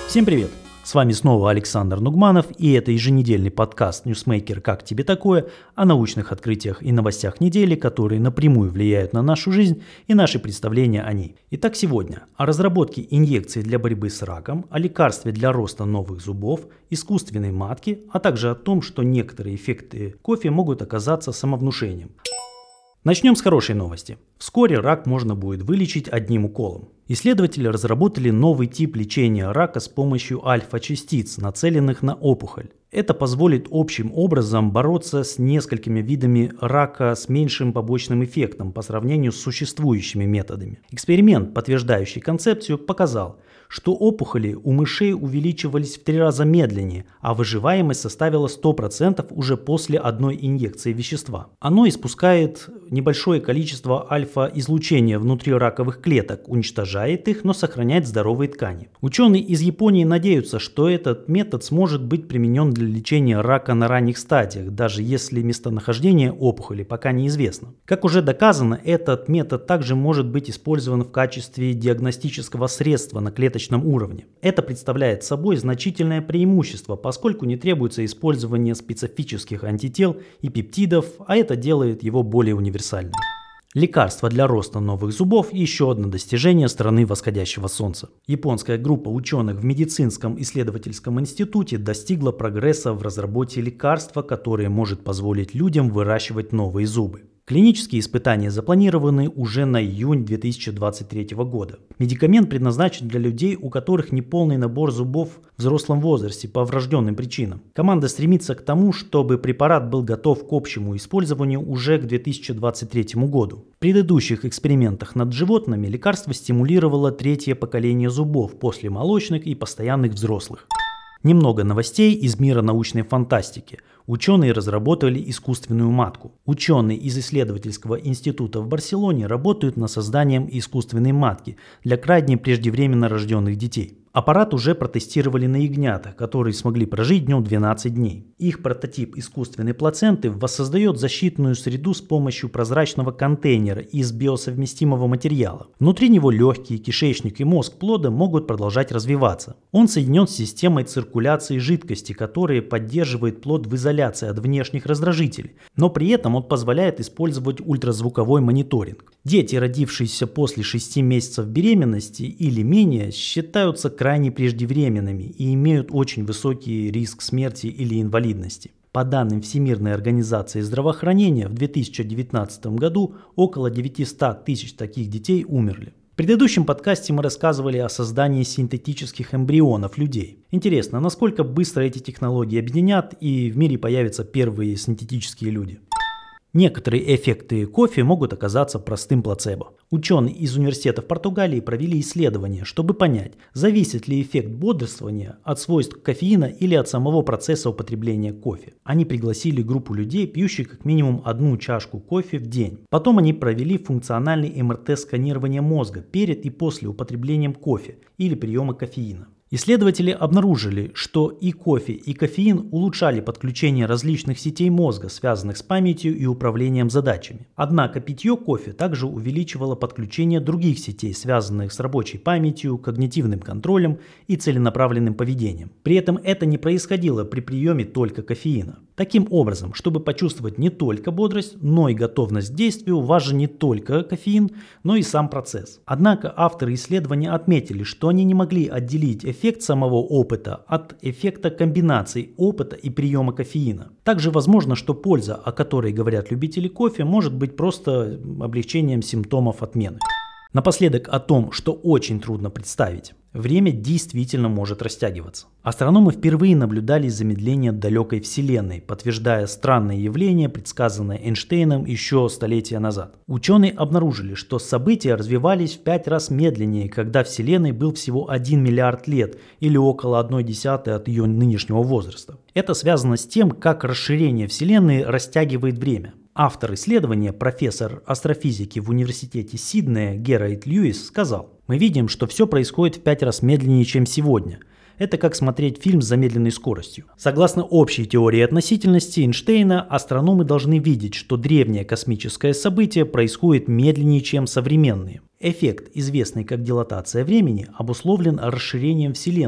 Всем привет! С вами снова Александр Нугманов, и это еженедельный подкаст «Ньюсмейкер. Как тебе такое?» о научных открытиях и новостях недели, которые напрямую влияют на нашу жизнь и наши представления о ней. Итак, сегодня о разработке инъекций для борьбы с раком, о лекарстве для роста новых зубов, искусственной матке, а также о том, что некоторые эффекты кофе могут оказаться самовнушением. Начнем с хорошей новости. Вскоре рак можно будет вылечить одним уколом. Исследователи разработали новый тип лечения рака с помощью альфа-частиц, нацеленных на опухоль. Это позволит общим образом бороться с несколькими видами рака с меньшим побочным эффектом по сравнению с существующими методами. Эксперимент, подтверждающий концепцию, показал, что опухоли у мышей увеличивались в 3 раза медленнее, а выживаемость составила 100% уже после одной инъекции вещества. Оно испускает небольшое количество альфа-излучения внутри раковых клеток, уничтожает их, но сохраняет здоровые ткани. Ученые из Японии надеются, что этот метод сможет быть применен для лечения рака на ранних стадиях, даже если местонахождение опухоли пока неизвестно. Как уже доказано, этот метод также может быть использован в качестве диагностического средства на клеточном уровне. Это представляет собой значительное преимущество, поскольку не требуется использование специфических антител и пептидов, а это делает его более универсальным. Лекарство для роста новых зубов – еще одно достижение страны восходящего солнца. Японская группа ученых в медицинском исследовательском институте достигла прогресса в разработке лекарства, которое может позволить людям выращивать новые зубы. Клинические испытания запланированы уже на июнь 2023 года. Медикамент предназначен для людей, у которых неполный набор зубов в взрослом возрасте по врожденным причинам. Команда стремится к тому, чтобы препарат был готов к общему использованию уже к 2023 году. В предыдущих экспериментах над животными лекарство стимулировало 3-е поколение зубов после молочных и постоянных взрослых. Немного новостей из мира научной фантастики. Ученые разработали искусственную матку. Ученые из исследовательского института в Барселоне работают над созданием искусственной матки для крайне преждевременно рожденных детей. Аппарат уже протестировали на ягнятах, которые смогли прожить днем 12 дней. Их прототип искусственной плаценты воссоздает защитную среду с помощью прозрачного контейнера из биосовместимого материала. Внутри него легкие, кишечник и мозг плода могут продолжать развиваться. Он соединен с системой циркуляции жидкости, которая поддерживает плод в изоляции от внешних раздражителей, но при этом он позволяет использовать ультразвуковой мониторинг. Дети, родившиеся после 6 месяцев беременности или менее, считаются крайне преждевременными и имеют очень высокий риск смерти или инвалидности. По данным Всемирной организации здравоохранения, в 2019 году около 900 тысяч таких детей умерли. В предыдущем подкасте мы рассказывали о создании синтетических эмбрионов людей. Интересно, насколько быстро эти технологии объединят и в мире появятся первые синтетические люди? Некоторые эффекты кофе могут оказаться простым плацебо. Ученые из университета в Португалии провели исследование, чтобы понять, зависит ли эффект бодрствования от свойств кофеина или от самого процесса употребления кофе. Они пригласили группу людей, пьющих как минимум 1 чашку кофе в день. Потом они провели функциональный МРТ-сканирование мозга перед и после употребления кофе или приема кофеина. Исследователи обнаружили, что и кофе, и кофеин улучшали подключение различных сетей мозга, связанных с памятью и управлением задачами. Однако питье кофе также увеличивало подключение других сетей, связанных с рабочей памятью, когнитивным контролем и целенаправленным поведением. При этом это не происходило при приеме только кофеина. Таким образом, чтобы почувствовать не только бодрость, но и готовность к действию, важен не только кофеин, но и сам процесс. Однако авторы исследования отметили, что они не могли отделить эффект самого опыта от эффекта комбинации опыта и приема кофеина. Также возможно, что польза, о которой говорят любители кофе, может быть просто облегчением симптомов отмены. Напоследок о том, что очень трудно представить. Время действительно может растягиваться. Астрономы впервые наблюдали замедление далекой Вселенной, подтверждая странное явление, предсказанное Эйнштейном еще столетия назад. Ученые обнаружили, что события развивались в 5 раз медленнее, когда Вселенной был всего 1 миллиард лет или около 1/10 от ее нынешнего возраста. Это связано с тем, как расширение Вселенной растягивает время. Автор исследования, профессор астрофизики в университете Сиднея Геральд Льюис сказал: «Мы видим, что все происходит в 5 раз медленнее, чем сегодня. Это как смотреть фильм с замедленной скоростью». Согласно общей теории относительности Эйнштейна, астрономы должны видеть, что древнее космическое событие происходит медленнее, чем современные. Эффект, известный как дилатация времени, обусловлен расширением Вселенной,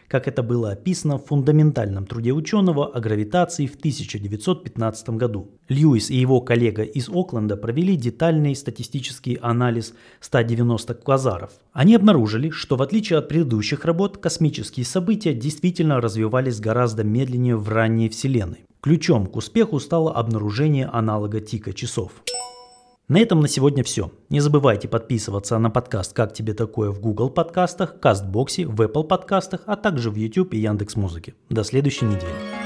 как это было описано в фундаментальном труде ученого о гравитации в 1915 году. Льюис и его коллега из Окленда провели детальный статистический анализ 190 квазаров. Они обнаружили, что в отличие от предыдущих работ, космические события действительно развивались гораздо медленнее в ранней Вселенной. Ключом к успеху стало обнаружение аналога тика часов. На этом на сегодня все. Не забывайте подписываться на подкаст «Как тебе такое» в Google подкастах, Кастбоксе, в Apple подкастах, а также в YouTube и Яндекс.Музыке. До следующей недели.